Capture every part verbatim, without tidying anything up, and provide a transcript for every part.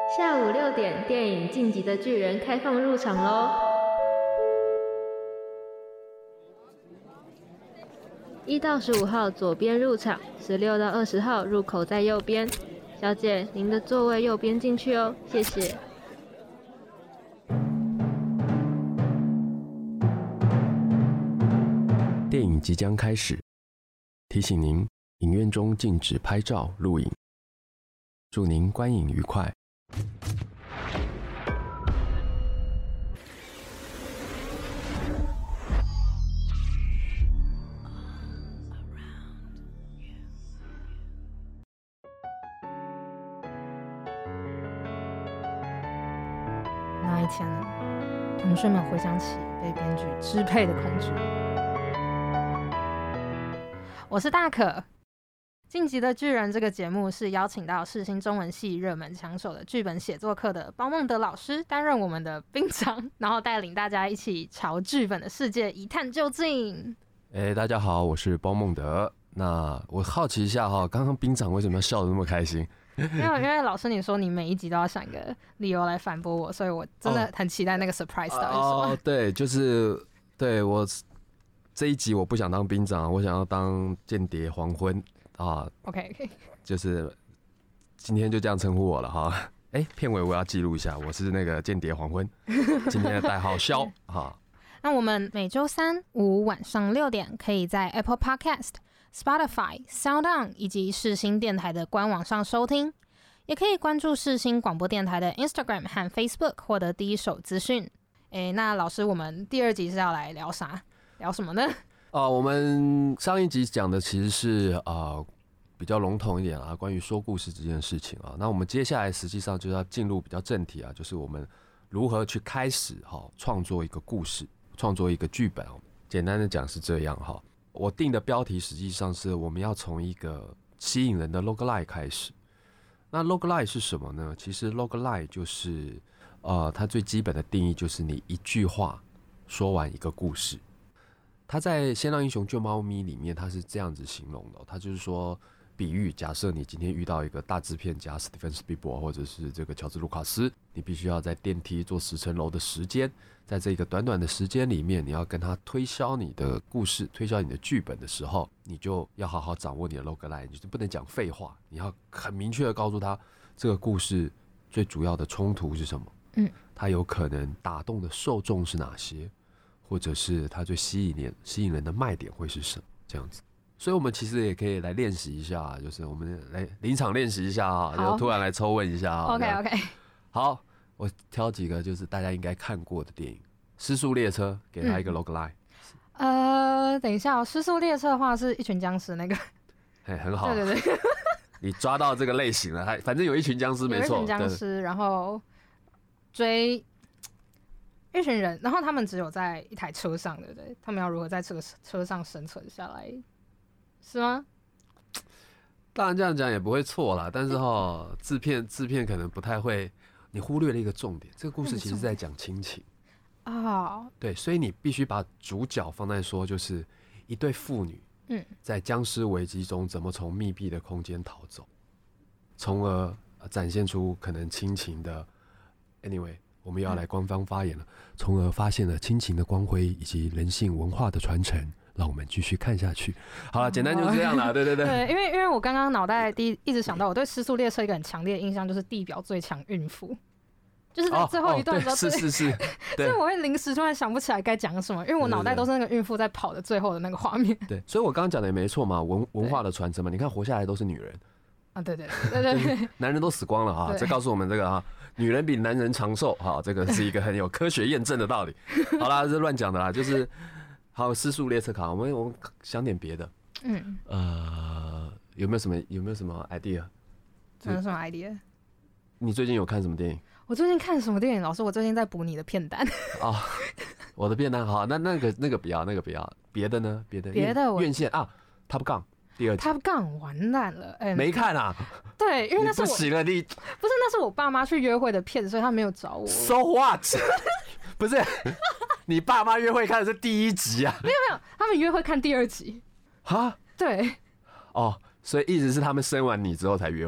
下午六点，电影《晋级的巨人》开放入场喽！一到十五号左边入场，十六到二十号入口在右边。小姐，您的座位右边进去哦，谢谢。 电影即将开始，提醒您，影院中禁止拍照、录影。祝您观影愉快。 那一天，同学们回想起被编剧支配的恐惧。我是大可。《晋级的巨人》这个节目是邀请到世新中文系热门抢手的剧本写作课的包梦德老师担任我们的兵长，然后带领大家一起朝剧本的世界一探究竟。 哎，大家好，我是包梦德。那我好奇一下哈，刚刚兵长为什么要笑得那么开心？ 因为因为老师你说你每一集都要想一个理由来反驳我，所以我真的很期待那个 surprise 到底是什么。 哦，对，就是对我这一集我不想当兵长，我想要当间谍黄昏啊。 OK OK， 就是今天就这样称呼我了哈。哎，片尾我要记录一下，我是那个间谍黄昏，今天的代号肖哈。 那我们每周三五晚上六点，可以在 Apple Podcast、Spotify、SoundOn 以及世新电台的官网上收听，也可以关注世新广播电台的 Instagram 和 Facebook 获得第一手资讯。诶，那老师，我们第二集是要来聊啥？聊什么呢？ 哦、呃，我们上一集讲的其实是呃比较笼统一点啊，关于说故事这件事情啊。那我们接下来实际上就要进入比较正题啊，就是我们如何去开始哈创作一个故事。创作一个剧本，简单的讲是这样哈。我定的标题实际上是我们要从一个吸引人的 roguelike 开始。那 roguelike 是什么呢？其实 roguelike 就是呃，它最基本的定义就是你一句话说完一个故事。它在《先让英雄救猫咪》里面，它是这样子形容的，它就是说，比喻假设你今天遇到一个大制片家史蒂芬史匹柏或者是这个乔治卢卡斯，你必须要在电梯坐十层楼的时间。在这个短短的时间里面，你要跟他推销你的故事，推销你的剧本的时候，你就要好好掌握你的 roguelike， 你就不能讲废话，你要很明确的告诉他这个故事最主要的冲突是什么，嗯，他有可能打动的受众是哪些，或者是他最吸引人、吸引人的卖点会是什么，这样子。所以我们其实也可以来练习一下，就是我们来临场练习一下啊，就突然来抽问一下啊。 OK OK， 好。我挑几个就是大家应该看过的电影，《失速列车》给他一个 roguelike。 嗯、呃，等一下哦，《失速列车》的话是一群僵尸那个， 哎，很好， 对对对， 你抓到这个类型了，反正有一群僵尸，没错， 有一群僵尸，然后追一群人，然后他们只有在一台车上，对不对？他们要如何在这个车上生存下来，是吗？ 当然这样讲也不会错啦，但是哈，制片制片可能不太会。你忽略了一个重点，这个故事其实是在讲亲情啊、oh. 对，所以你必须把主角放在说，就是一对父女，嗯，在僵尸危机中怎么从密闭的空间逃走，从而展现出可能亲情的 ，anyway， 我们又要来官方发言了，从而发现了亲情的光辉以及人性文化的传承。让我们继续看下去。好了，简单就是这样啦。对对对。 对，因为因为我刚刚脑袋第一一直想到，我对《失速列车》一个很强烈的印象就是地表最强孕妇，就是在最后一段的时候， 哦哦、是是是， 所以我会临时突然想不起来该讲什么，因为我脑袋都是那个孕妇在跑的最后的那个画面。 对，所以我刚刚讲的也没错嘛，文文化的传承嘛。你看活下来都是女人啊，对对对对对， 男人都死光了哈，这告诉我们这个哈，女人比男人长寿哈，这个是一个很有科学验证的道理。好啦，这是乱讲的啦，就是。好，失速列车卡，我们我们想点别的。嗯，呃，有没有什么有没有什么 idea？ 有什么 idea？ 你最近有看什么电影？ 我最近看什么电影？老师，我最近在补你的片单。 哦，我的片单好，那那个那个不要，那个不要，别的呢？别的别的院线啊 ，Top Gun 第二集 ，Top Gun 完蛋了，哎、欸， 没看啊？ 对，因为那是我不行了，你不是那是我爸妈去约会的片，所以他没有找我。 So what？ 不是。你爸妈约会看的是第一集啊？ 没有没有，他们约会看第二集。 哈？ 对。 哦，所以意思是他们生完你之后才约会。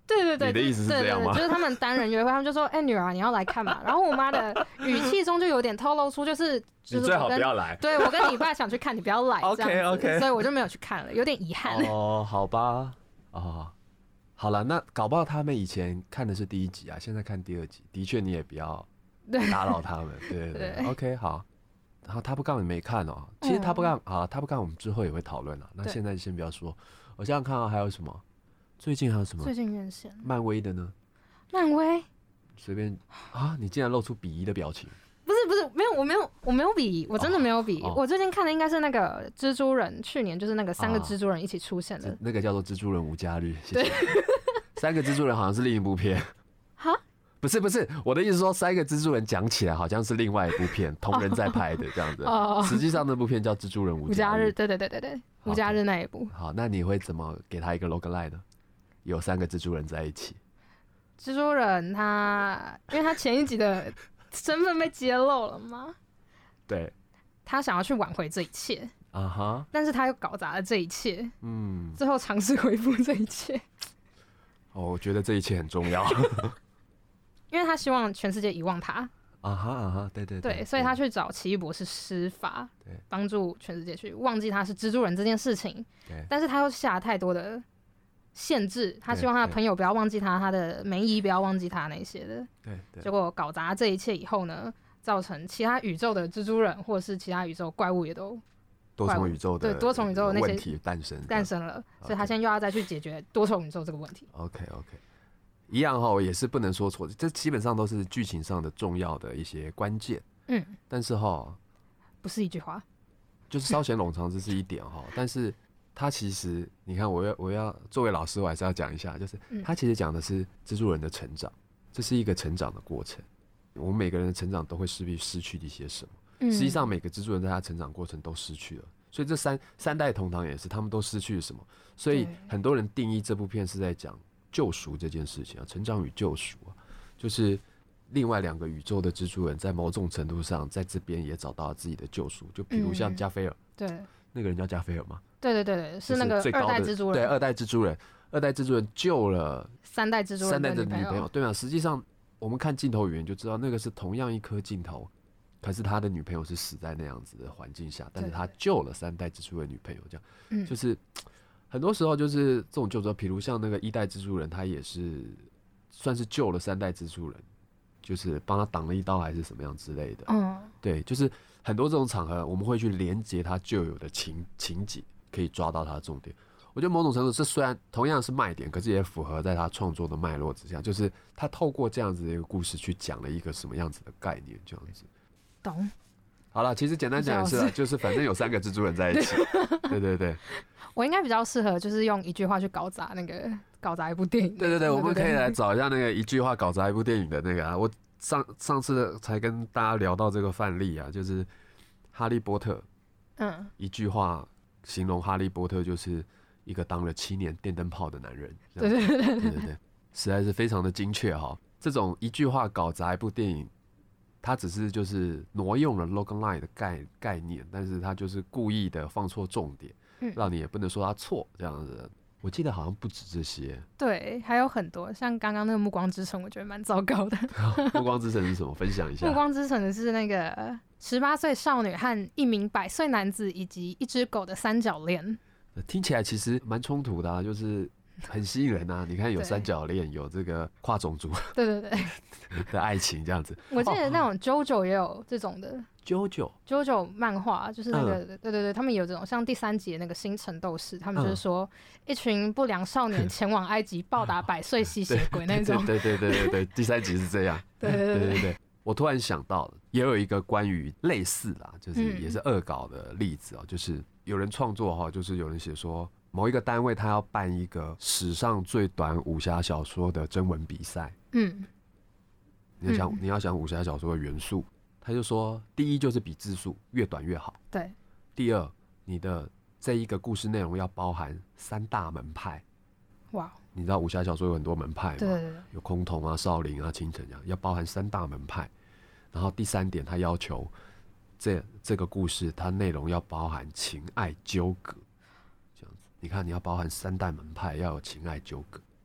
对对对， 你的意思是这样吗？ 对对对，就是他们单人约会，他们就说：“哎、欸，女儿，你要来看嘛。”然后我妈的语气中就有点透露出，就是就是你最好不要来。 对，我跟你爸想去看，你不要来。 OK OK， 所以我就没有去看了，有点遗憾。 哦，好吧，哦，好了，那搞不好他们以前看的是第一集啊，现在看第二集，的确你也不要打扰他们。对对 对, 对 ，OK 好。然后他不杠你没看哦，其实他不杠、嗯、啊，他不杠我们之后也会讨论啊。那现在先不要说，我想想看啊，还有什么？最近还有什么？ 最近院线漫威的呢？ 漫威随便啊！你竟然露出鄙夷的表情。 不是不是，没有，我没有，我没有鄙夷，我真的没有鄙夷、哦。我最近看的应该是那个蜘蛛人，去年就是那个三个蜘蛛人一起出现的，啊、 那个叫做《蜘蛛人无家日》。谢谢。三个蜘蛛人好像是另一部片。 哈？ 不是不是，我的意思说，三个蜘蛛人讲起来好像是另外一部片，同人在拍的这样子。哦、实际上那部片叫《蜘蛛人无家日》。 对对对对对，无家日那一部。 好，那你会怎么给他一个 roguelike 呢？有三个蜘蛛人在一起。 蜘蛛人他，因为他前一集的身份被揭露了吗？ 对。 他想要去挽回这一切。啊哈。Uh-huh. 但是他又搞砸了这一切。嗯。最后尝试恢复这一切。 哦，我觉得这一切很重要。 因为他希望全世界遗忘他。 啊哈啊哈，对对 对, 对。所以他去找奇异博士施法，帮助全世界去忘记他是蜘蛛人这件事情。对。但是他又下了太多的限制，他希望他的朋友不要忘记他，他的梅姨不要忘记他那些的。对对。结果搞砸这一切以后呢，造成其他宇宙的蜘蛛人或者是其他宇宙怪物也都多重宇宙的对多重宇宙的那些问题诞生诞生了，所以他现在又要再去解决多重宇宙这个问题。 OK OK， 一样哈，也是不能说错，这基本上都是剧情上的重要的一些关键。嗯。但是哈， 不是一句话， 就是稍显冗长，这是一点哈，但是。他其实，你看，我要我要作为老师，我还是要讲一下，就是他其实讲的是蜘蛛人的成长，这是一个成长的过程。我们每个人的成长都会势必失去一些什么，实际上每个蜘蛛人在他成长过程都失去了，所以这三三代同堂也是，他们都失去了什么。所以很多人定义这部片是在讲救赎这件事情啊，成长与救赎啊，就是另外两个宇宙的蜘蛛人在某种程度上在这边也找到了自己的救赎，就比如像加菲尔， 嗯、对， 那个人叫加菲尔吗？ 对对对对，是那个二代蜘蛛人。 对，二代蜘蛛人，二代蜘蛛人救了三代蜘蛛人三代的女朋友，对吗？实际上，我们看镜头语言就知道，那个是同样一颗镜头，可是他的女朋友是死在那样子的环境下，但是他救了三代蜘蛛人女朋友，这样，嗯，就是很多时候就是这种救赎，比如像那个一代蜘蛛人，他也是算是救了三代蜘蛛人，就是帮他挡了一刀还是什么样之类的，嗯，对，就是很多这种场合，我们会去连接他旧有的情情节。可以抓到他的重点，我觉得某种程度，这虽然同样是卖点，可是也符合在他创作的脉络之下，就是他透过这样子的一个故事去讲了一个什么样子的概念，这样子。 懂。 好了，其实简单讲也是啦，就是反正有三个蜘蛛人在一起。对对对。 我应该比较适合，就是用一句话去搞砸那个搞砸一部电影。 对对对，我们可以来找一下那个一句话搞砸一部电影的那个啊。我上上次才跟大家聊到这个范例啊，就是哈利波特。嗯。一句话。形容哈利波特就是一个当了七年电灯泡的男人， 对对对对对, 对, 对，实在是非常的精确哈。这种一句话搞砸一部电影，他只是就是挪用了 roguelike 的 概, 概念，但是他就是故意的放错重点，嗯、让你也不能说他错这样子。我记得好像不止这些， 对，还有很多，像刚刚那个《暮光之城》，我觉得蛮糟糕的。 《暮光之城》是什么？分享一下。《 暮光之城》的是那个十八岁少女和一名百岁男子以及一只狗的三角恋。 听起来其实蛮冲突的啊，就是很吸引人啊。你看有三角恋，有这个跨种族， 对对对的爱情这样子。 我记得那种 JoJo 也有这种的。 JoJo JoJo 漫画就是那个、嗯、对对对，他们有这种像第三集的那个星辰斗士，他们就是说、嗯、一群不良少年前往埃及报答百岁吸血鬼那种。 对对对对 对, 对，第三集是这样。 对对对对, 对, 对，我突然想到了，也有一个关于类似啦，就是也是恶搞的例子哦、喔嗯，就是有人创作哈，就是有人写说某一个单位他要办一个史上最短武侠小说的征文比赛。嗯，你要想、嗯、你要想武侠小说的元素。他就说，第一就是比字数越短越好。 对。 第二，你的这一个故事内容要包含三大门派。哇！你知道武侠小说有很多门派吗？ 对对对。 有崆峒啊、少林啊、青城这样，要包含三大门派。然后第三点，他要求这这个故事它内容要包含情爱纠葛，这样子。你看，你要包含三大门派，要有情爱纠葛。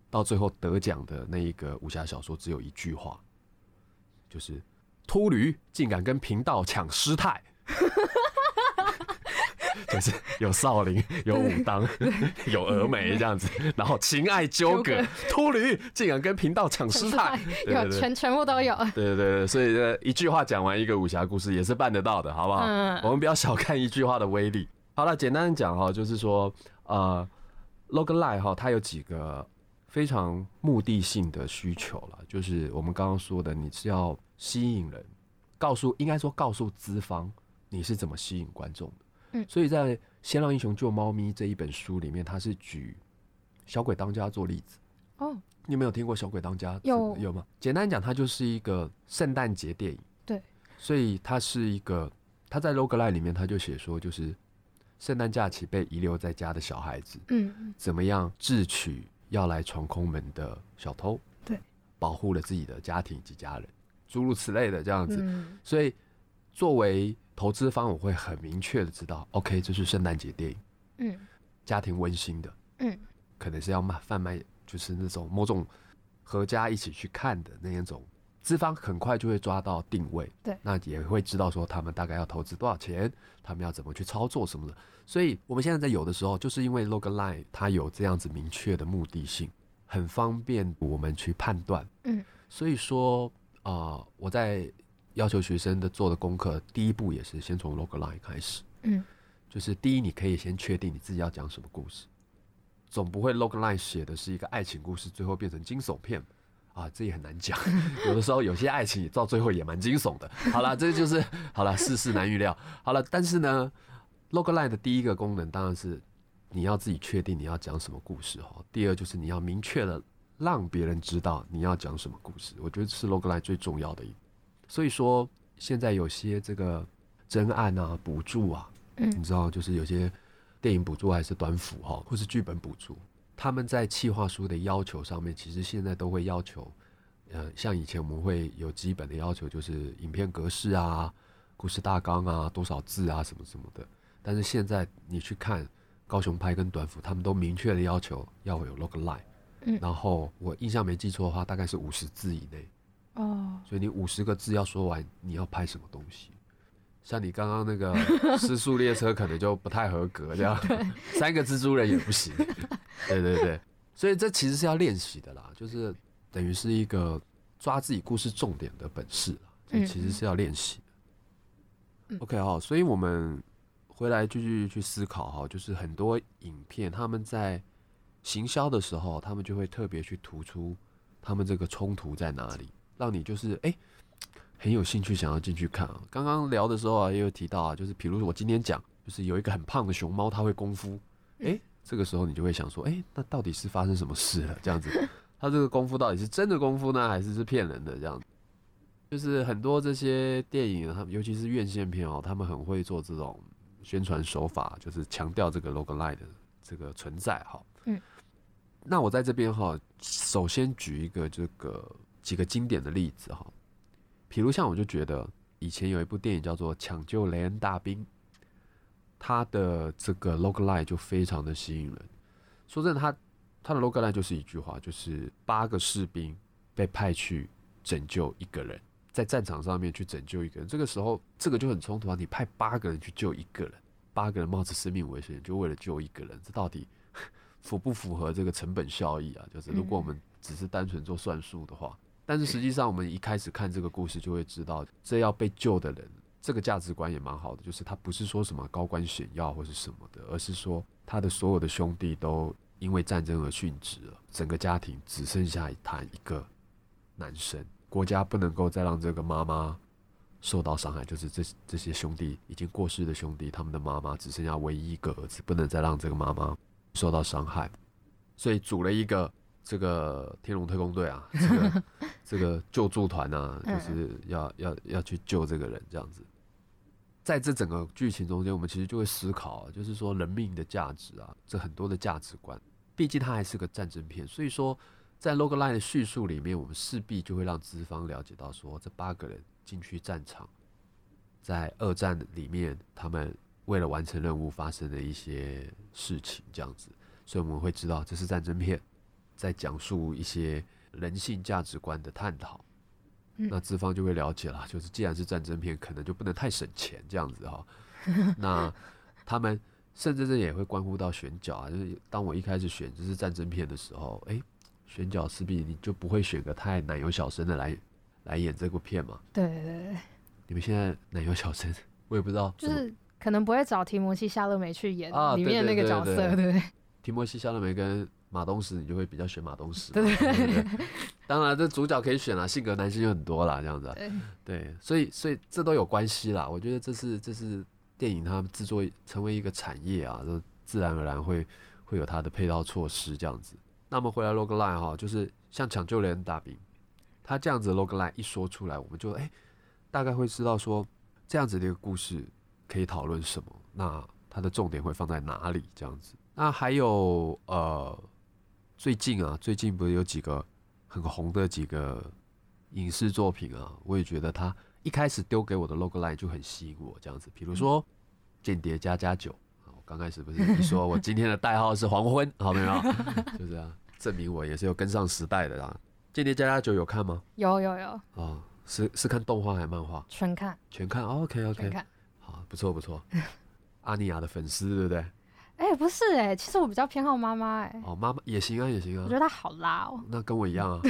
到最后得奖的那一个武侠小说只有一句话，就是秃驴竟敢跟贫道抢师太。就是有少林，有武当，有峨眉这样子，然后情爱纠葛，秃驴竟然跟贫道抢师太， 有全全部都有。 对对对，所以一句话讲完一个武侠故事也是办得到的，好不好？嗯、我们不要小看一句话的威力。好了，简单讲哈，就是说，呃 ，roguelike 哈，它有几个非常目的性的需求了，就是我们刚刚说的，你是要吸引人，告诉应该说告诉资方你是怎么吸引观众的。嗯、所以在《先让英雄救猫咪》这一本书里面，他是举小鬼当家做例子。哦，你有没有听过小鬼当家？ 有有吗？简单讲，它就是一个圣诞节电影。 对， 所以它是一个，他在 roguelike 里面他就写说，就是圣诞假期被遗留在家的小孩子，嗯，怎么样智取要来闯空门的小偷， 对， 保护了自己的家庭及家人，诸如此类的这样子。嗯、所以作为投资方，我会很明确的知道 ，OK， 这是圣诞节电影，嗯，家庭温馨的，嗯，可能是要卖贩卖，就是那种某种合家一起去看的那一种，资方很快就会抓到定位， 对， 那也会知道说他们大概要投资多少钱，他们要怎么去操作什么的。所以我们现在在有的时候，就是因为 roguelike 它有这样子明确的目的性，很方便我们去判断，嗯，所以说啊、呃，我在要求学生的做的功课，第一步也是先从 roguelike 开始，嗯，就是第一，你可以先确定你自己要讲什么故事，总不会 roguelike 写的是一个爱情故事，最后变成惊悚片啊，这也很难讲。有的时候有些爱情到最后也蛮惊悚的。好了，这就是好了，世事难预料。好了，但是呢 ，roguelike 的第一个功能当然是你要自己确定你要讲什么故事哈。第二就是你要明确的让别人知道你要讲什么故事，我觉得是 roguelike 最重要的一。所以说，现在有些这个真案啊、补助啊，嗯，你知道，就是有些电影补助还是短辅哈，或是剧本补助，他们在企划书的要求上面，其实现在都会要求，呃，像以前我们会有基本的要求，就是影片格式啊、故事大纲啊、多少字啊什么什么的。但是现在你去看高雄拍跟短辅，他们都明确的要求要有 roguelike，嗯，然后我印象没记错的话，大概是五十字以内。哦，所以你五十个字要说完，你要拍什么东西？像你刚刚那个失速列车可能就不太合格，这样三个蜘蛛人也不行。对对对，所以这其实是要练习的啦，就是等于是一个抓自己故事重点的本事啦，所以其实是要练习的。嗯、OK 哈，所以我们回来继续去思考哈，就是很多影片他们在行销的时候，他们就会特别去突出他们这个冲突在哪里。让你就是哎、欸、很有兴趣想要进去看啊。刚刚聊的时候啊，也有提到啊，就是比如我今天讲，就是有一个很胖的熊猫，它会功夫，哎、欸，这个时候你就会想说，哎、欸，那到底是发生什么事了？这样子，它这个功夫到底是真的功夫呢，还是是骗人的？这样，就是很多这些电影，他们尤其是院线片哦，他们很会做这种宣传手法，就是强调这个 roguelike 的这个存在哈。嗯，那我在这边哈，首先举一个这个。几个经典的例子哈，比如像我就觉得以前有一部电影叫做《抢救雷恩大兵》，它的这个 roguelike 就非常的吸引人。说真的，它它的 roguelike 就是一句话，就是八个士兵被派去拯救一个人，在战场上面去拯救一个人。这个时候，这个就很冲突啊！你派八个人去救一个人，八个人冒着生命危险就为了救一个人，这到底符不符合这个成本效益啊？就是如果我们只是单纯做算术的话。但是实际上，我们一开始看这个故事就会知道，这要被救的人，这个价值观也蛮好的，就是他不是说什么高官显要或是什么的，而是说他的所有的兄弟都因为战争而殉职了，整个家庭只剩下他一个男生，国家不能够再让这个妈妈受到伤害，就是这这些兄弟已经过世的兄弟，他们的妈妈只剩下唯一一个儿子，不能再让这个妈妈受到伤害，所以组了一个。这个天龙特工队啊，这个这个救助团啊，就是要要要去救这个人这样子。在这整个剧情中间，我们其实就会思考、啊，就是说人命的价值啊，这很多的价值观。毕竟它还是个战争片，所以说在 roguelike 的叙述里面，我们势必就会让资方了解到说，这八个人进去战场，在二战里面，他们为了完成任务发生的一些事情，这样子。所以我们会知道这是战争片。 在讲述一些人性价值观的探讨。 嗯、 那资方就会了解啦，就是既然是战争片，可能就不能太省钱这样子哈。那他们甚至这也会关乎到选角啊，就是当我一开始选就是战争片的时候，哎、欸，选角势必你就不会选个太奶油小生的来来演这部片嘛。 对对对。 你们现在奶油小生，我也不知道， 就是可能不会找提摩西·夏勒梅去演里面的那个角色，啊、对不对？ 提摩西·夏勒梅跟马东石，你就会比较选马东石。 对对 对, 对, 对。当然，这主角可以选啦，性格男性有很多啦，这样子、啊。对。对，所以所以这都有关系啦。我觉得这是这是电影它制作成为一个产业啊，就自然而然会会有它的配套措施这样子。那么回来 logline 哈，就是像抢救雷恩大兵，他这样子的 logline 一说出来，我们就哎、欸、大概会知道说这样子的一个故事可以讨论什么，那它的重点会放在哪里这样子。那还有呃，最近啊，最近不是有几个很红的几个影视作品啊，我也觉得他一开始丢给我的 logline 就很吸引我这样子。比如说《间谍加加九》，我刚开始不是一说我今天的代号是黄昏，好没有？就这样证明我也是有跟上时代的啦。《间谍加加九》有看吗？ 有有有。 哦，是是看动画还是漫画？ 全看。 全看、哦、，OK OK。 全看。 好，不错不错。阿尼亚的粉丝对不对？ 哎、欸，不是哎、欸，其实我比较偏好妈妈哎。 哦，妈妈也行啊，也行啊。 我觉得她好辣哦。 那跟我一样啊。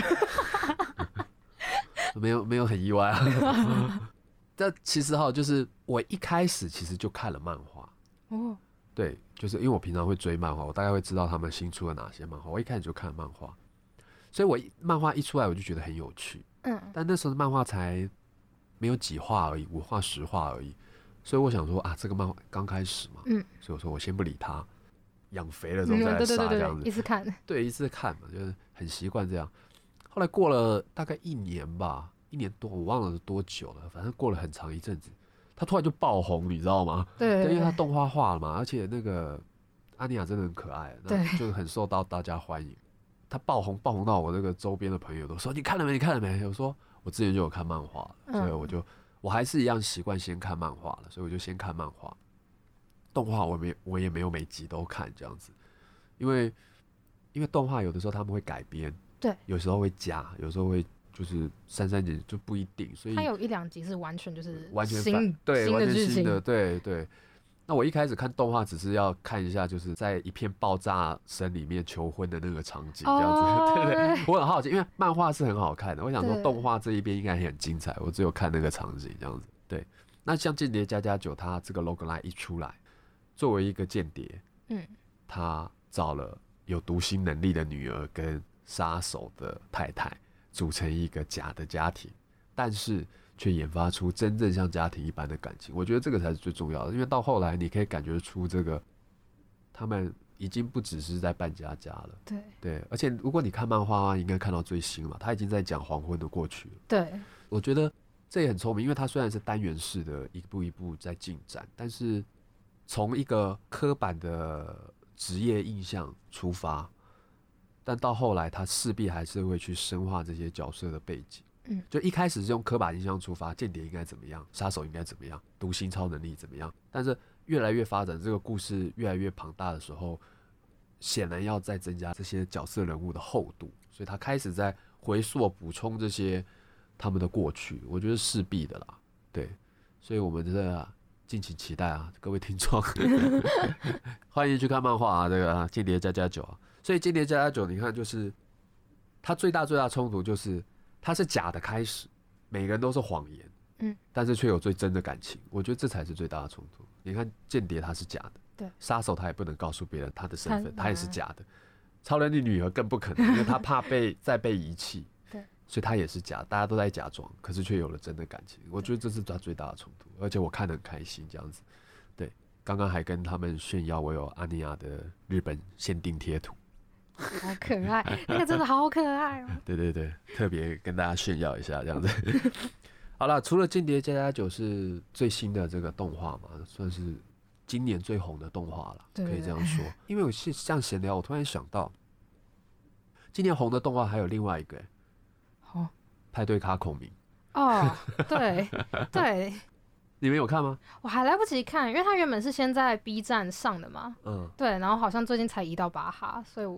没有没有很意外啊。但其实哈，就是我一开始其实就看了漫画。哦。对，就是因为我平常会追漫画，我大概会知道他们新出了哪些漫画。我一开始就看漫画，所以我漫画一出来我就觉得很有趣。嗯。但那时候漫画才没有几话而已，五话十话而已。所以我想说啊，这个漫画刚开始嘛，嗯，所以我说我先不理他，养肥了之后再来杀这样子， 一次看， 对，一次看嘛，就是很习惯这样。后来过了大概一年吧，一年多，我忘了是多久了，反正过了很长一阵子，他突然就爆红，你知道吗？ 对， 因为他动画化了嘛，而且那个阿尼亚真的很可爱， 对， 就很受到大家欢迎。他爆红，爆红到我那个周边的朋友都说：“你看了没？你看了没？”我说：“我之前就有看漫画了，所以我就。”我还是一样习惯先看漫画了，所以我就先看漫画。动画我没我也没有每集都看这样子，因为因为动画有的时候他们会改编， 对， 有时候会加，有时候会就是删删减就不一定，所以它有一两集是完全就是完全新对新完全新的， 的剧情， 对对。那我一开始看动画只是要看一下，就是在一片爆炸声里面求婚的那个场景，这样子，哦、对不对？我很好奇，因为漫画是很好看的，我想说动画这一边应该也很精彩，我只有看那个场景这样子。对，那像《间谍加加九》，它这个 logline 一出来，作为一个间谍，嗯，他找了有读心能力的女儿跟杀手的太太，组成一个假的家庭，但是。却研发出真正像家庭一般的感情，我觉得这个才是最重要的。因为到后来，你可以感觉出这个他们已经不只是在扮家家了。 对对，而且如果你看漫画，应该看到最新嘛，他已经在讲黄昏的过去了。 对， 我觉得这也很聪明，因为他虽然是单元式的，一步一步在进展，但是从一个刻板的职业印象出发，但到后来，他势必还是会去深化这些角色的背景。嗯，就一开始是用刻板印象出发，间谍应该怎么样，杀手应该怎么样，读心超能力怎么样，但是越来越发展，这个故事越来越庞大的时候，显然要再增加这些角色人物的厚度，所以他开始在回溯补充这些他们的过去，我觉得势必的啦，对，所以我们这、啊、敬请期待啊，各位听众，欢迎去看漫画啊，这个啊间谍加加九啊，所以间谍加加九，你看就是它最大最大冲突就是。它是假的开始，每个人都是谎言，嗯，但是却有最真的感情，我觉得这才是最大的冲突。你看间谍他是假的， 对， 杀手他也不能告诉别人他的身份，他也是假的。超人的女儿更不可能，因为他怕被再被遗弃， 对， 所以他也是假，大家都在假装，可是却有了真的感情。我觉得这是他最大的冲突，而且我看得很开心，这样子。对，刚刚还跟他们炫耀我有阿尼亚的日本限定贴图。 好可爱，那个真的好可爱哦！ 对对对，特别跟大家炫耀一下这样子。好了，除了《间谍加加九》是最新的这个动画嘛，算是今年最红的动画了，可以这样说。因为我是这样闲聊，我突然想到，今年红的动画还有另外一个、欸，哦，派对咖孔明。 哦，对对。 你们有看吗？ 我还来不及看，因为它原本是先在 B 站上的嘛，嗯，对，然后好像最近才移到巴哈，所以我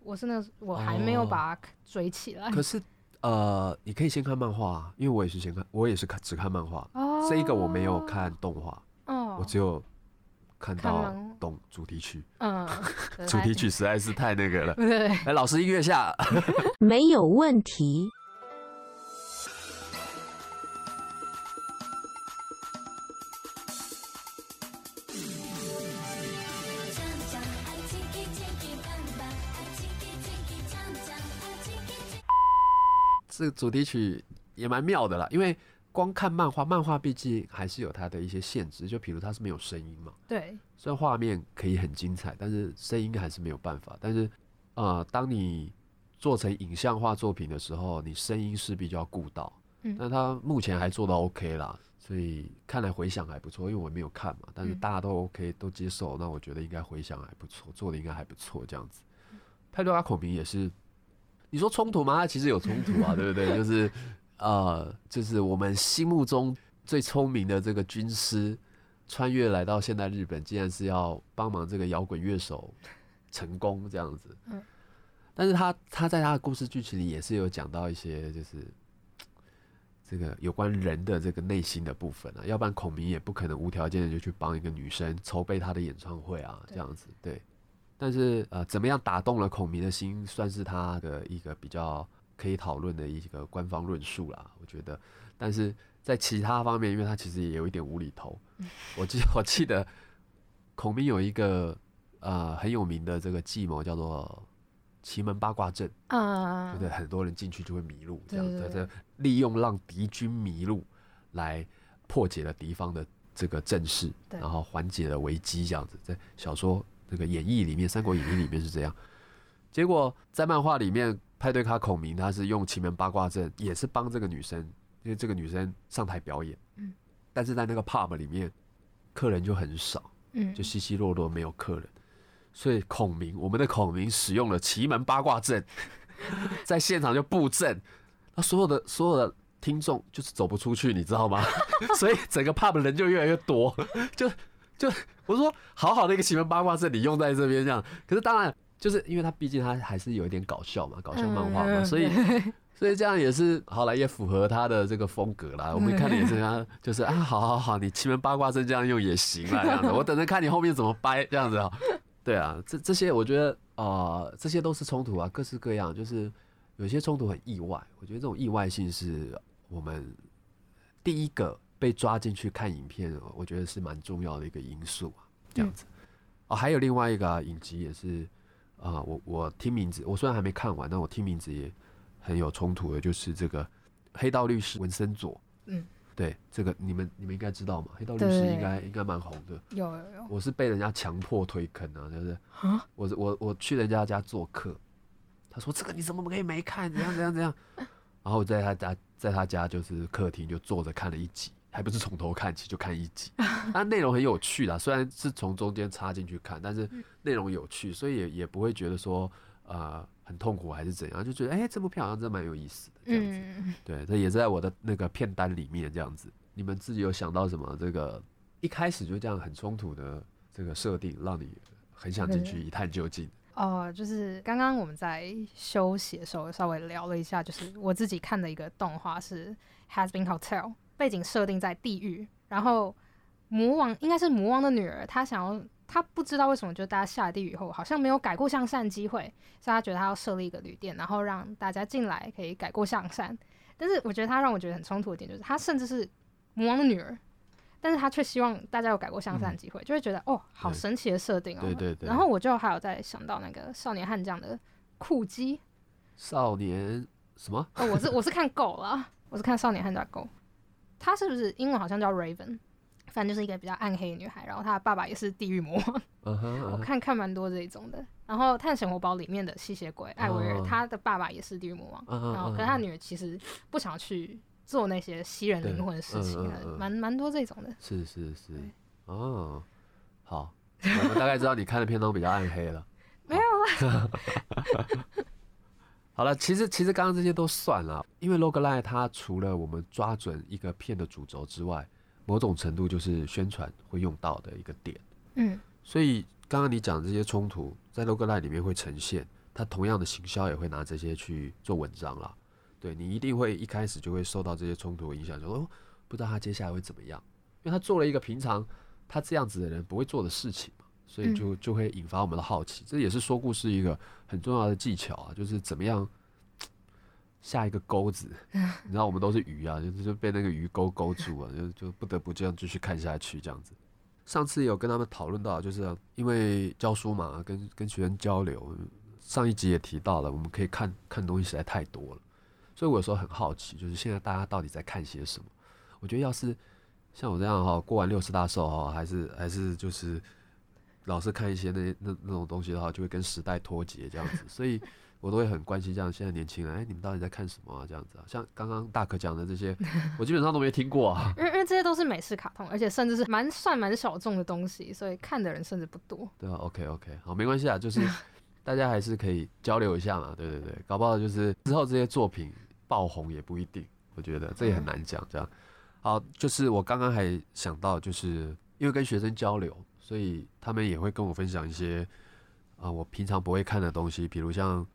我是那个我还没有把它追起来。 可是呃，你可以先看漫画，因为我也是先看，我也是看只看漫画。哦，这一个我没有看动画，哦，我只有看到动主题曲。嗯，主题曲实在是太那个了。对，来，老师音乐下。 没有问题。 这主题曲也蛮妙的啦，因为光看漫画，漫画毕竟还是有它的一些限制，就比如它是没有声音嘛。 对。 虽然画面可以很精彩，但是声音还是没有办法。但是，呃，当你做成影像化作品的时候，你声音势必就要顾到。嗯。但它目前还做到 OK 啦，所以看来回响还不错。因为我没有看嘛，但是大家都 OK，都接受，那我觉得应该回响还不错，做的应该还不错这样子。派对阿孔明也是。你说冲突吗？它其实有冲突啊，对不对？就是呃，就是我们心目中最聪明的这个军师，穿越来到现代日本，竟然是要帮忙这个摇滚乐手成功这样子。嗯。但是他他在他的故事剧情里也是有讲到一些，就是这个有关人的这个内心的部分啊，要不然孔明也不可能无条件的就去帮一个女生筹备她的演唱会啊，这样子，对。但是呃，怎么样打动了孔明的心，算是他的一个比较可以讨论的一个官方论述啦，我觉得。但是在其他方面，因为他其实也有一点无厘头。我记我记得孔明有一个呃很有名的这个计谋，叫做奇门八卦阵啊，对不对？很多人进去就会迷路，这样子，利用让敌军迷路来破解了敌方的这个阵势，然后缓解了危机，这样子，在小说。这个演义里面，《三国演义》里面是这样。结果在漫画里面，派对咖孔明他是用奇门八卦阵，也是帮这个女生，因为这个女生上台表演。嗯。但是在那个 pub 里面，客人就很少，嗯，就稀稀落落没有客人，所以孔明，我们的孔明使用了奇门八卦阵，在现场就布阵，那所有的所有的听众就是走不出去，你知道吗？所以整个 pub 人就越来越多，就。就我说，好好的一个奇门八卦阵，你用在这边这样，可是当然就是因为他毕竟他还是有一点搞笑嘛，搞笑漫画嘛，所以所以这样也是好了，也符合他的这个风格啦。我们看的也是他，就是啊，好好好，你奇门八卦阵这样用也行啦，这样子，我等着看你后面怎么掰这样子啊。对啊，这这些我觉得啊、呃，这些都是冲突啊，各式各样，就是有些冲突很意外，我觉得这种意外性是我们第一个。被抓进去看影片，我觉得是蛮重要的一个因素啊，这样子。嗯、哦，还有另外一个、啊、影集也是啊、呃，我我听名字，我虽然还没看完，但我听名字也很有冲突的，就是这个黑道律师文森佐。嗯，对，这个你们你们应该知道嘛？黑道律师应该应该蛮红的。有有有。我是被人家强迫推坑啊，就是啊，我我我去人家家做客，他说这个你怎么可以没看？怎样怎样怎样？然后我在他家在他家就是客厅就坐着看了一集。还不是从头看起，就看一集，但内容很有趣啦。虽然是从中间插进去看，但是内容有趣，所以也也不会觉得说呃很痛苦还是怎样，就觉得哎、欸、这部片好像真蛮有意思的这样子。嗯、对，这也是在我的那个片单里面这样子。你们自己有想到什么？这个一开始就这样很冲突的这个设定，让你很想进去一探究竟？ 哦、呃，就是刚刚我们在休息的时候稍微聊了一下，就是我自己看的一个动画是 Has Been Hotel。背景设定在地狱，然后魔王应该是魔王的女儿，她想要，她不知道为什么，就大家下了地狱以后，好像没有改过向善机会，所以她觉得她要设立一个旅店，然后让大家进来可以改过向善。但是我觉得她让我觉得很冲突的点就是，她甚至是魔王的女儿，但是她却希望大家有改过向善的机会，嗯、就会觉得哦，好神奇的设定哦。 对对对。 然后我就还有在想到那个少年悍将的酷基。 少年什么？ 哦，我是我是看狗啦，我是看少年悍将狗。她是不是英文好像叫 Raven， 反正就是一个比较暗黑的女孩，然后她的爸爸也是地狱魔王。uh-huh, uh-huh. 我看看蛮多这一种的。然后《探险活宝》里面的吸血鬼艾维尔， uh-huh. 他的爸爸也是地狱魔王， uh-huh, 然后可是他女儿其实不想去做那些吸人灵魂的事情，蛮蛮、uh-huh, uh-huh. 多这种的。 是是是，哦，好，我们大概知道你看的片都比较暗黑了。 没有啊。 好了，其实其实刚刚这些都算了，因为 roguelike 它除了我们抓准一个片的主轴之外，某种程度就是宣传会用到的一个点。嗯，所以刚刚你讲的这些冲突在 roguelike 里面会呈现， 他同样的行销也会拿这些去做文章啦。对，你一定会一开始就会受到这些冲突的影响，就说、哦、不知道他接下来会怎么样，因为他做了一个平常他这样子的人不会做的事情嘛，所以就就会引发我们的好奇。这也是说故事一个很重要的技巧啊，就是怎么样下一个钩子。你知道我们都是鱼啊，就就被那个鱼钩勾住了，就就不得不这样继续看下去这样子。上次有跟他们讨论到，就是因为教书嘛，跟跟学生交流，上一集也提到了，我们可以看看东西实在太多了，所以我有时候很好奇，就是现在大家到底在看些什么？我觉得要是像我这样哈，过完六十大寿哈，还是还是就是老是看一些那那那种东西的话，就会跟时代脱节这样子，所以我都会很关心这样现在年轻人，哎、欸，你们到底在看什么啊？这样子啊，像刚刚大可讲的这些，我基本上都没听过啊。 因为因为这些都是美式卡通，而且甚至是蛮算蛮小众的东西，所以看的人甚至不多。 对啊 ，OK OK， 好，没关系啊，就是大家还是可以交流一下嘛，对对对，搞不好就是之后这些作品爆红也不一定，我觉得这也很难讲。这样，好，就是我刚刚还想到，就是因为跟学生交流，所以他们也会跟我分享一些啊、呃、我平常不会看的东西，比如像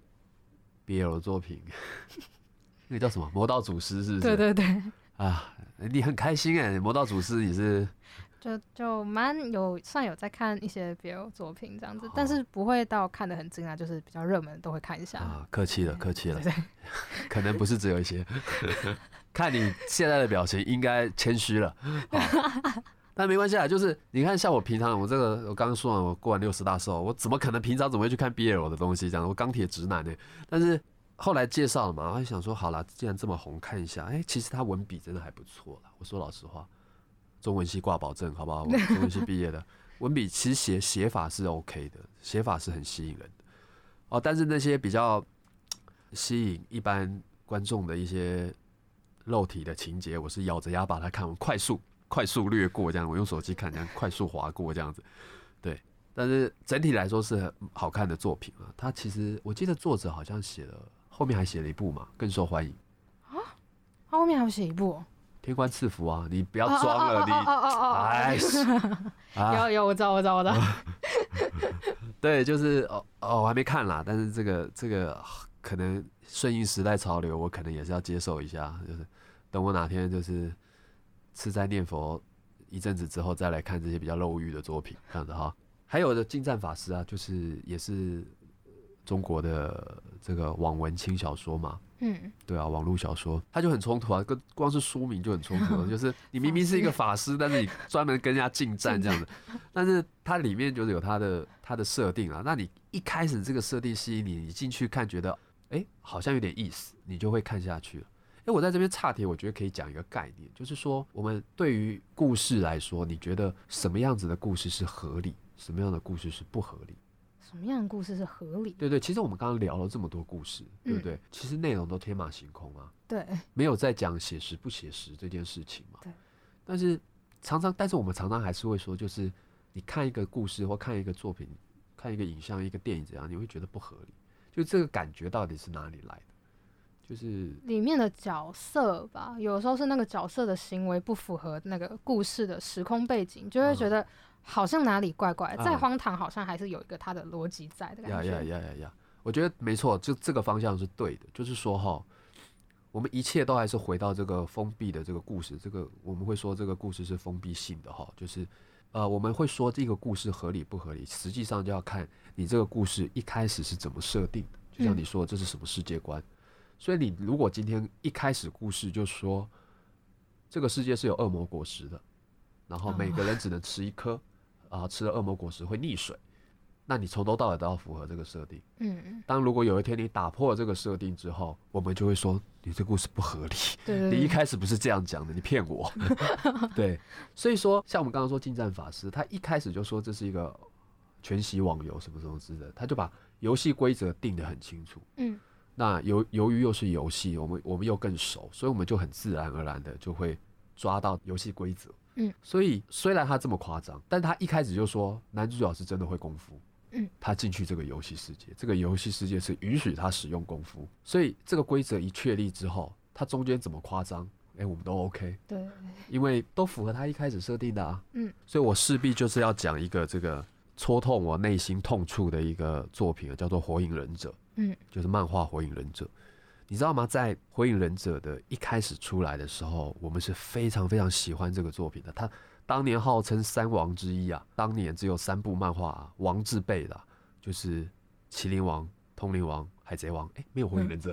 B L 的作品，那个叫什么《魔道祖师》是不是？ 对对对。 啊，你很开心哎，《魔道祖师》你是？ 就就蛮有算有在看一些 B L 作品这样子，但是不会到看得很精啊，就是比较热门都会看一下。 啊，客气了，客气了， 对对可能不是只有一些。看你现在的表情，应该谦虚了。但没关系啊，就是你看，像我平常我这个，我刚刚说完，我过完六十大寿，我怎么可能平常怎么会去看 B L 的东西？这样，我钢铁直男呢、欸。但是后来介绍了嘛，我就想说，好啦，既然这么红，看一下，哎、欸，其实他文笔真的还不错啦。我说老实话。中文系挂保证，好不好？我中文系毕业的，文笔其实写写法是 OK 的，写法是很吸引人的哦。但是那些比较吸引一般观众的一些肉体的情节，我是咬着牙把它看完，快速快速略过这样，我用手机看，这样快速划过这样子。对，但是整体来说是很好看的作品啊。它其实我记得作者好像写了，后面还写了一部嘛，更受欢迎啊。后面还有写一部、哦。 天官赐福啊！你不要装了，你哎， 有有我知道我知道我知道。 对，就是哦哦，我还没看啦，但是这个这个可能顺应时代潮流，我可能也是要接受一下，就是等我哪天就是吃斋念佛一阵子之后，再来看这些比较肉欲的作品，这样子哈。还有的近战法师啊，就是也是中国的这个网文轻小说嘛。嗯，对啊，网络小说它就很冲突啊，跟光是书名就很冲突，就是你明明是一个法师，但是你专门跟人家近战这样子，但是它里面就是有它的它的设定啊，那你一开始这个设定吸引你，你进去看觉得哎、欸、好像有点意思，你就会看下去了。哎、欸，我在这边岔题，我觉得可以讲一个概念，就是说我们对于故事来说，你觉得什么样子的故事是合理，什么样的故事是不合理？ 什么样的故事是合理？ 对对，其实我们刚刚聊了这么多故事，对不对？嗯、其实内容都天马行空啊， 对， 没有在讲写实不写实这件事情嘛。 对， 但是常常，但是我们常常还是会说，就是你看一个故事或看一个作品、看一个影像、一个电影怎样，你会觉得不合理，就这个感觉到底是哪里来的？就是里面的角色吧，有时候是那个角色的行为不符合那个故事的时空背景，就会觉得。好像哪里怪怪的，再荒唐好像还是有一个它的逻辑在的感觉。 呀呀呀呀呀！我觉得没错，就这个方向是对的。就是说哈，我们一切都还是回到这个封闭的这个故事，这个我们会说这个故事是封闭性的哈，就是呃我们会说这个故事合理不合理，实际上就要看你这个故事一开始是怎么设定的。就像你说的，这是什么世界观？嗯、所以你如果今天一开始故事就说这个世界是有恶魔果实的，然后每个人只能吃一颗。啊，吃了恶魔果实会溺水，那你从头到尾都要符合这个设定。嗯，当如果有一天你打破了这个设定之后，我们就会说你这故事不合理。 对对对， 你一开始不是这样讲的，你骗我。对，所以说像我们刚刚说近战法师，他一开始就说这是一个全息网游什么什么之类的，他就把游戏规则定得很清楚。嗯，那由由于又是游戏，我们我们又更熟，所以我们就很自然而然的就会抓到游戏规则。嗯，所以虽然他这么夸张，但他一开始就说男主角是真的会功夫。嗯，他进去这个游戏世界，这个游戏世界是允许他使用功夫，所以这个规则一确立之后，他中间怎么夸张，哎，我们都 OK。对，因为都符合他一开始设定的啊。嗯，所以我势必就是要讲一个这个戳痛我内心痛处的一个作品，叫做《火影忍者》， 嗯， 就是漫画《火影忍者》。你知道吗？在《火影忍者》的一开始出来的时候，我们是非常非常喜欢这个作品的。它当年号称三王之一啊，当年只有三部漫画、啊、王字辈的、啊，就是麒麟王、通灵王、海贼王，哎、欸，没有火影忍者，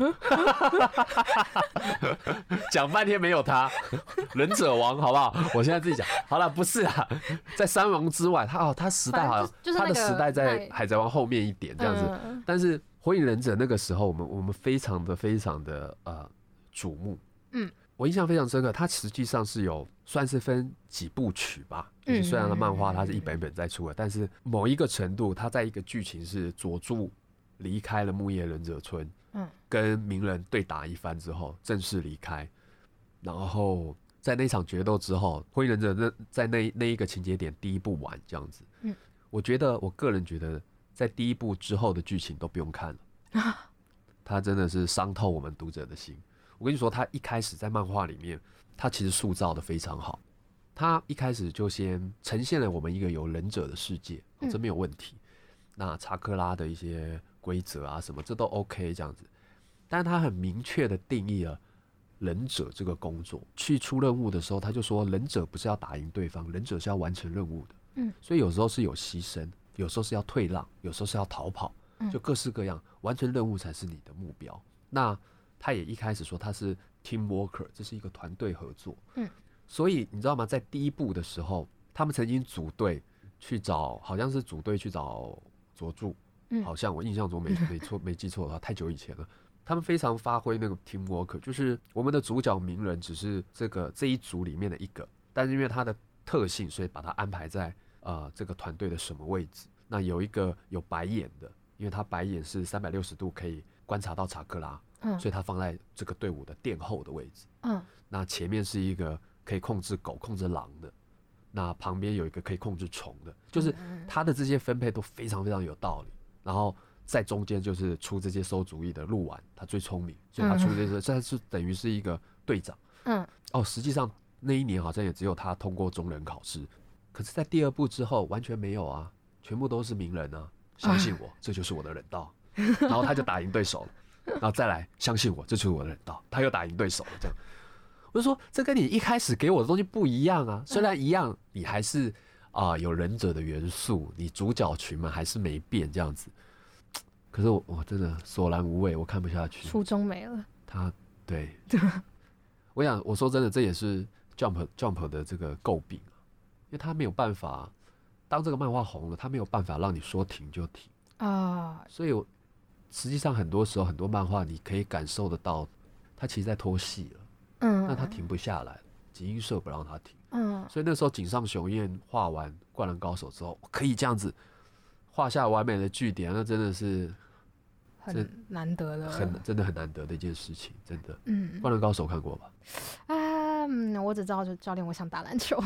讲半天没有他，忍者王，好不好？我现在自己讲，好了，不是啊，在三王之外，他哦，他时代好像、就是那個、他的时代在海贼王后面一点这样子，嗯、但是火影忍者那个时候，我们我们非常的非常的呃瞩目，嗯。我印象非常深刻，它实际上是有算是分几部曲吧。就是虽然漫画它是一本一本在出的，但是某一个程度，它在一个剧情是佐助离开了木叶忍者村，嗯，跟鸣人对打一番之后正式离开，然后在那场决斗之后，火影忍者那在那那一个情节点第一部完这样子，嗯，我觉得我个人觉得在第一部之后的剧情都不用看了，它真的是伤透我们读者的心。我跟你说，他一开始在漫画里面，他其实塑造的非常好。他一开始就先呈现了我们一个有忍者的世界，哦、这没有问题。那查克拉的一些规则啊什么，这都 OK 这样子。但是他很明确的定义了忍者这个工作。去出任务的时候，他就说，忍者不是要打赢对方，忍者是要完成任务的。嗯，所以有时候是有牺牲，有时候是要退让，有时候是要逃跑，就各式各样，完成任务才是你的目标。那他也一开始说他是 team worker， 这是一个团队合作。嗯，所以你知道吗？在第一部的时候，他们曾经组队去找，好像是组队去找佐助。嗯，好像我印象中没没错没记错的话，太久以前了。他们非常发挥那个 team worker， 就是我们的主角鸣人只是这个这一组里面的一个，但是因为他的特性，所以把他安排在呃这个团队的什么位置。那有一个有白眼的，因为他白眼是三百六十度可以观察到查克拉。嗯、所以他放在这个队伍的殿后的位置。嗯，那前面是一个可以控制狗、控制狼的，那旁边有一个可以控制虫的，就是他的这些分配都非常非常有道理。然后在中间就是出这些馊主意的鹿丸，他最聪明，所以他出这些，这是等于是一个队长。嗯，哦，实际上那一年好像也只有他通过中忍考试，可是在第二部之后完全没有啊，全部都是鸣人啊，相信我，这就是我的忍道，然后他就打赢对手了。然后再来相信我，这就是我的忍道，他又打赢对手了。这样，我就说这跟你一开始给我的东西不一样啊。虽然一样，你还是啊、呃、有忍者的元素，你主角群们还是没变这样子。可是我我真的索然无味，我看不下去。 初衷没了。 他对，我想我说真的，这也是 Jump Jump 的这个诟病啊，因为他没有办法，当这个漫画红了，他没有办法让你说停就停啊，所以我。实际上，很多时候很多漫画你可以感受得到，他其实在拖戏了，嗯，那他停不下来，集英社不让他停，嗯，所以那时候井上雄彦画完《灌篮高手》之后，可以这样子画下完美的句点，那真的是很难得的， 很真的很难得的一件事情，真的。嗯，《灌篮高手》看过吧？ 啊、嗯，我只知道就教练，我想打篮球。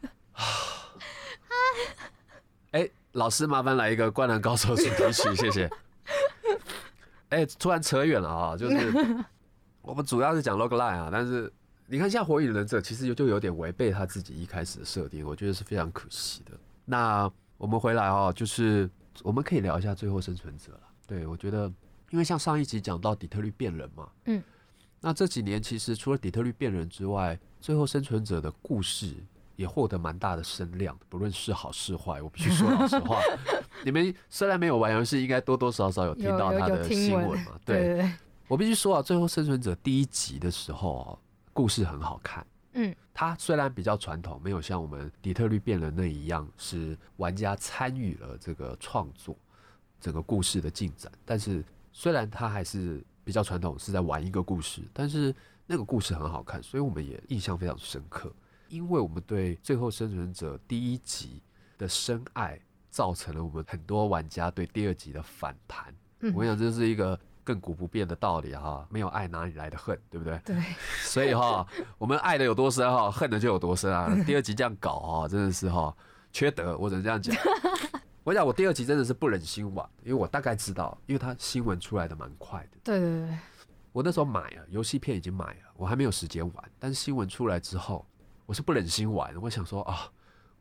哎、欸，老师，麻烦来一个《灌篮高手》主题曲，谢谢。哎、欸，突然扯远了啊！就是我们主要是讲 roguelike 啊，但是你看，像火影忍者其实就有点违背他自己一开始的设定，我觉得是非常可惜的。那我们回来啊，就是我们可以聊一下最后生存者了。对，我觉得，因为像上一集讲到底特律变人嘛，嗯，那这几年其实除了底特律变人之外，最后生存者的故事也获得蛮大的声量，不论是好是坏，我必须说老实话。你们虽然没有玩游戏，应该多多少少有听到他的新闻嘛？对，对对对，我必须说啊，《最后生存者》第一集的时候啊，故事很好看。嗯，它虽然比较传统，没有像我们底特律变人那一样是玩家参与了这个创作整个故事的进展，但是虽然它还是比较传统，是在玩一个故事，但是那个故事很好看，所以我们也印象非常深刻。因为我们对《最后生存者》第一集的深爱，造成了我们很多玩家对第二集的反弹。嗯，我想这是一个亘古不变的道理哈，没有爱哪里来的恨，对不对？ 对。 所以哈，我们爱的有多深哈，恨的就有多深啊。第二集这样搞哈，真的是哈缺德，我只能这样讲。我想我第二集真的是不忍心玩，因为我大概知道，因为它新闻出来的蛮快的。 对对对。 我那时候买了游戏片已经买了，我还没有时间玩，但是新闻出来之后，我是不忍心玩。我想说啊，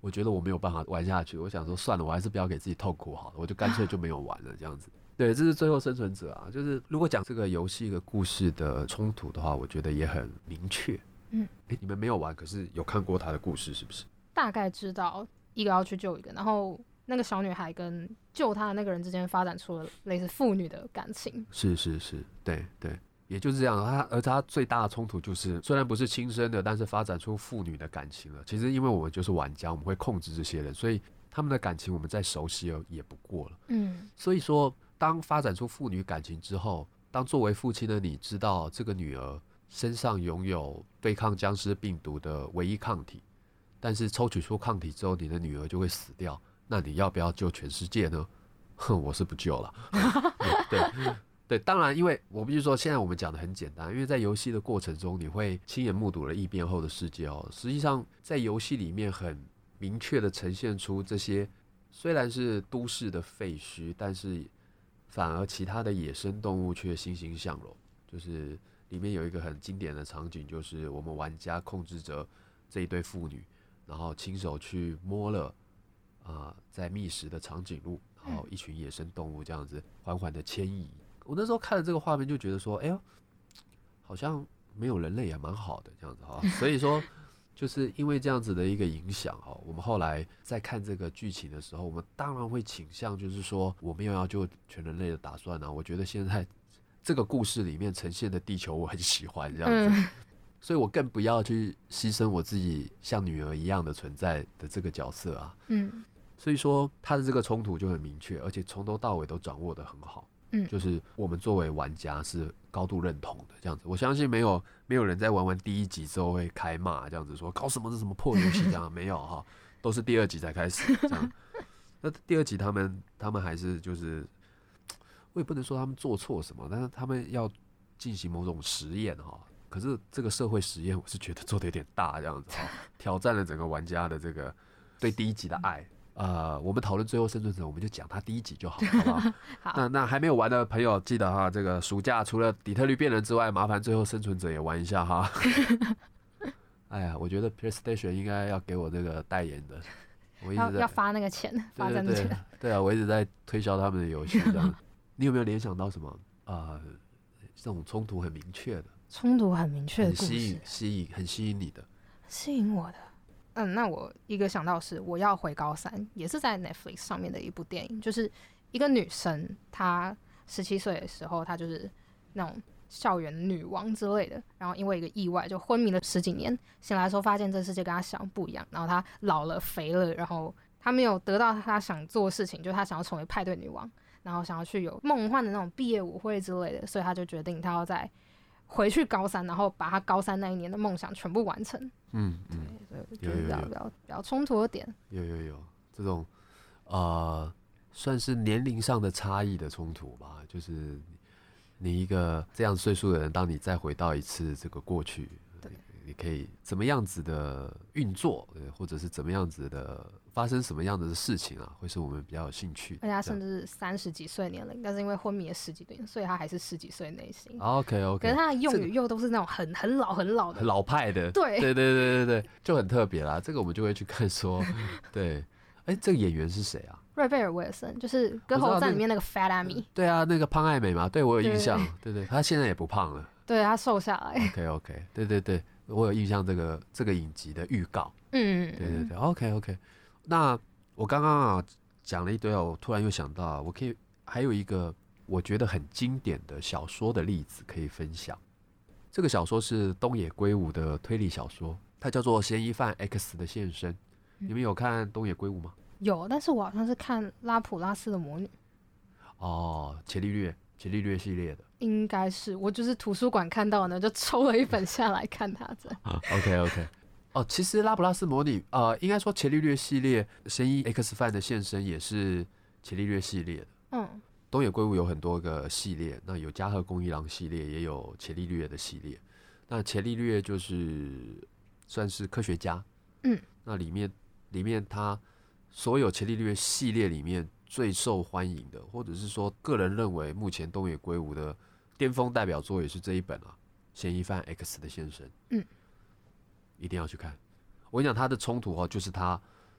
我觉得我没有办法玩下去，我想说算了，我还是不要给自己痛苦好了，我就干脆就没有玩了这样子。对，这是最后生存者啊，就是如果讲这个游戏的故事的冲突的话，我觉得也很明确。嗯，哎，你们没有玩，可是有看过他的故事是不是？ 大概知道一个要去救一个，然后那个小女孩跟救她的那个人之间发展出了类似父女的感情。 是是是，对对，也就是这样。他而他最大的冲突就是，虽然不是亲生的，但是发展出父女的感情了。其实因为我们就是玩家，我们会控制这些人，所以他们的感情我们再熟悉也不过了。嗯，所以说，当发展出父女感情之后，当作为父亲的你知道这个女儿身上拥有对抗僵尸病毒的唯一抗体，但是抽取出抗体之后，你的女儿就会死掉，那你要不要救全世界呢？哼，我是不救了。对对，当然，因为我必须说，现在我们讲的很简单，因为在游戏的过程中，你会亲眼目睹了异变后的世界哦。实际上，在游戏里面很明确的呈现出这些虽然是都市的废墟，但是反而其他的野生动物却欣欣向荣。就是里面有一个很经典的场景，就是我们玩家控制着这一对父女，然后亲手去摸了啊、呃，在觅食的长颈鹿，然后一群野生动物这样子缓缓的迁移。我那时候看了这个画面，就觉得说，哎呦，好像没有人类也蛮好的这样子哈。所以说，就是因为这样子的一个影响哈，我们后来在看这个剧情的时候，我们当然会倾向就是说，我没有要救全人类的打算啊。我觉得现在这个故事里面呈现的地球，我很喜欢这样子。嗯，所以我更不要去牺牲我自己像女儿一样的存在的这个角色啊。嗯，所以说他的这个冲突就很明确，而且从头到尾都掌握得很好。嗯，就是我们作为玩家是高度认同的这样子。我相信没有没有人在玩完第一集之后会开骂这样子说搞什么是什么破游戏这样，没有哈，都是第二集才开始这样。那第二集他们他们还是就是，我也不能说他们做错什么，但是他们要进行某种实验哈。可是这个社会实验，我是觉得做得有点大，这样子哈，挑战了整个玩家的这个对第一集的爱。呃，我们讨论最后生存者，我们就讲他第一集就好，好不好？好。那那还没有玩的朋友，记得哈，这个暑假除了底特律变人之外，麻烦最后生存者也玩一下哈。哎呀，我觉得 PlayStation 应该要给我这个代言的，我一直在要要发那个钱，发赞助钱。 对, 对, 对啊，我一直在推销他们的游戏这样。你有没有联想到什么？呃，这种冲突很明确的， 冲突很明确的故事， 很吸引、吸引、很吸引你的， 吸引我的。嗯，那我一个想到是我要回高三，也是在 Netflix 上面的一部电影，就是一个女生，她十七岁的时候，她就是那种校园女王之类的，然后因为一个意外就昏迷了十几年，醒来的时候发现这世界跟她想不一样，然后她老了肥了，然后她没有得到她想做的事情，就是她想要成为派对女王，然后想要去有梦幻的那种毕业舞会之类的，所以她就决定她要在回去高三，然后把她高三那一年的梦想全部完成。嗯嗯，对，所以就是比较比较比较冲突的点。 有有有这种呃，算是年龄上的差异的冲突吧。就是你一个这样岁数的人，当你再回到一次这个过去，你可以怎么样子的运作，或者是怎么样子的发生什么样子的事情啊，会是我们比较有兴趣的。 而且他甚至是三十几岁年龄，但是因为昏迷了十几年，所以他还是十几岁内心。 OK OK。 可是他的用语又都是那种很很老很老的老派的， 对对对对对对，就很特别啦。这个我们就会去看说，对，哎、欸，这个演员是谁啊？ 瑞贝尔·威尔森，就是《歌喉战》里面那个 Fat Amy。 对啊，那个胖爱美嘛，对我有印象。对 对, 对，他现在也不胖了。 对，他瘦下来。 OK OK， 对对对。我有印象这个这个影集的预告，嗯，对对对 ，OK OK。那我刚刚啊讲了一堆啊，我突然又想到，我可以还有一个我觉得很经典的小说的例子可以分享。这个小说是东野圭吾的推理小说，它叫做《嫌疑犯 X 的现身》。你们有看东野圭吾吗？ 有，但是我好像是看拉普拉斯的魔女。 哦，伽利略，伽利略系列的。 应该是，我就是图书馆看到呢，就抽了一本下来看它这样。 OK OK。哦，其实拉普拉斯魔女，呃，应该说伽利略系列，嫌疑 X 犯的现身也是伽利略系列的。嗯。东野圭吾有很多个系列，那有加贺恭一郎系列，也有伽利略的系列。那伽利略就是算是科学家。嗯。那里面里面他所有伽利略系列里面最受欢迎的，或者是说个人认为目前东野圭吾的巅峰代表作也是这一本啊，《嫌疑犯 X 的现身》。嗯，一定要去看。我跟你讲，他的冲突哦，就是他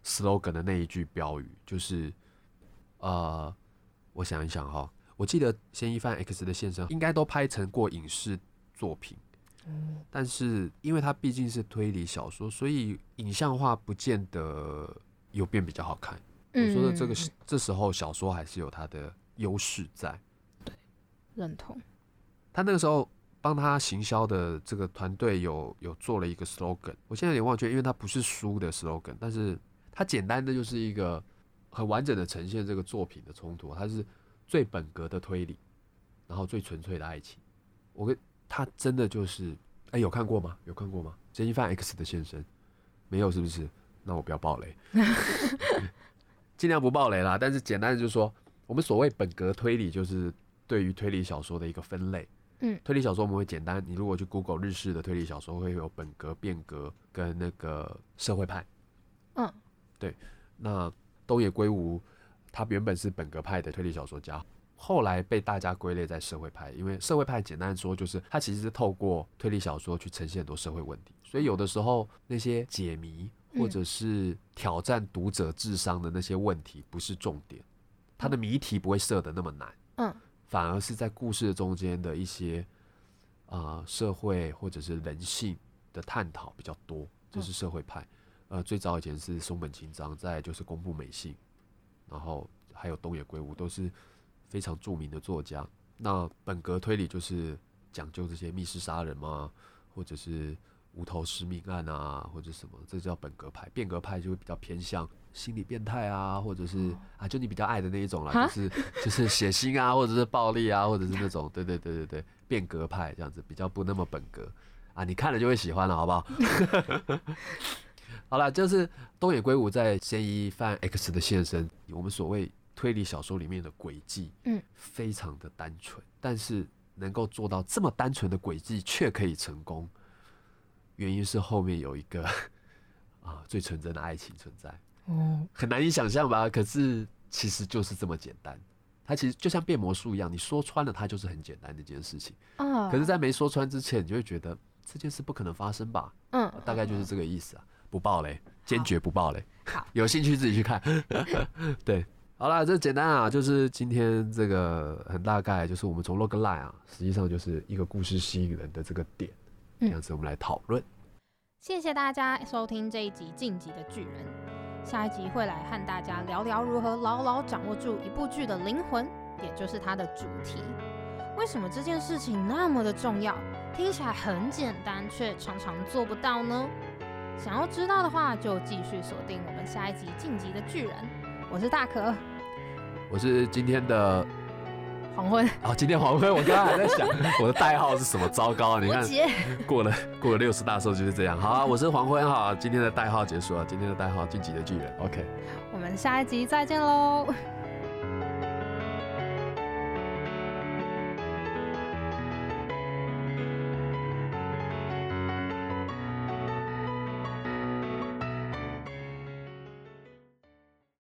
slogan 的那一句标语，就是呃，我想一想哈，我记得嫌疑犯 X 的现身应该都拍成过影视作品，嗯，但是因为它毕竟是推理小说，所以影像化不见得有变比较好看。我说的这个这时候小说还是有它的优势在， 对，认同。 他那个时候帮他行销的这个团队有有做了一个 slogan， 我现在有点忘记，因为它不是书的 slogan， 但是它简单的就是一个很完整的呈现这个作品的冲突，它是最本格的推理，然后最纯粹的爱情。我跟他真的就是，哎、欸，有看过吗？有看过吗？嫌疑犯 X 的现身，没有是不是？那我不要爆雷，尽量不爆雷啦。但是简单的就是说，我们所谓本格推理，就是对于推理小说的一个分类。嗯，推理小说我们会简单，你如果去 Google 日式的推理小说，会有本格、变格跟那个社会派。嗯，对。那东野圭吾他原本是本格派的推理小说家，后来被大家归类在社会派，因为社会派简单说就是他其实是透过推理小说去呈现很多社会问题，所以有的时候那些解谜或者是挑战读者智商的那些问题不是重点，他的谜题不会设得那么难。嗯。反而是在故事中间的一些啊、呃、社会或者是人性的探讨比较多，这是社会派。呃，最早以前是松本清张，再来就是宫部美幸，然后还有东野圭吾，都是非常著名的作家。那本格推理就是讲究这些密室杀人嘛，或者是无头尸命案啊，或者什么，这叫本格派。变革派就会比较偏向心理变态啊，或者是啊，就你比较爱的那一种啦，就是就是血腥啊，或者是暴力啊，或者是那种，对对对对对，变革派这样子比较不那么本格啊，你看了就会喜欢了，好不好？好了，就是东野圭吾在嫌疑犯 X 的现身，我们所谓推理小说里面的轨迹，嗯，非常的单纯，但是能够做到这么单纯的轨迹却可以成功，原因是后面有一个啊最纯真的爱情存在。哦，很难以想象吧？可是其实就是这么简单。它其实就像变魔术一样，你说穿了，它就是很简单的一件事情。哦。可是，在没说穿之前，你就会觉得这件事不可能发生吧？嗯，大概就是这个意思啊。不爆雷，坚决不爆雷。好，有兴趣自己去看。对，好啦，这简单啊，就是今天这个很大概就是我们从 roguelike 啊，实际上就是一个故事吸引人的这个点，这样子我们来讨论。 谢谢大家收听这一集《晋级的巨人》，下一集会来和大家聊聊如何牢牢掌握住一部剧的灵魂，也就是它的主题。为什么这件事情那么的重要？听起来很简单，却常常做不到呢？想要知道的话，就继续锁定我们下一集《晋级的巨人》。我是大可， 我是今天的黄昏。 啊，今天黄昏，我刚刚还在想我的代号是什么，糟糕啊！你看，过了过了六十大寿就是这样。好啊，我是黄昏哈，今天的代号结束了，今天的代号晋级的巨人。OK， 我们下一集再见喽。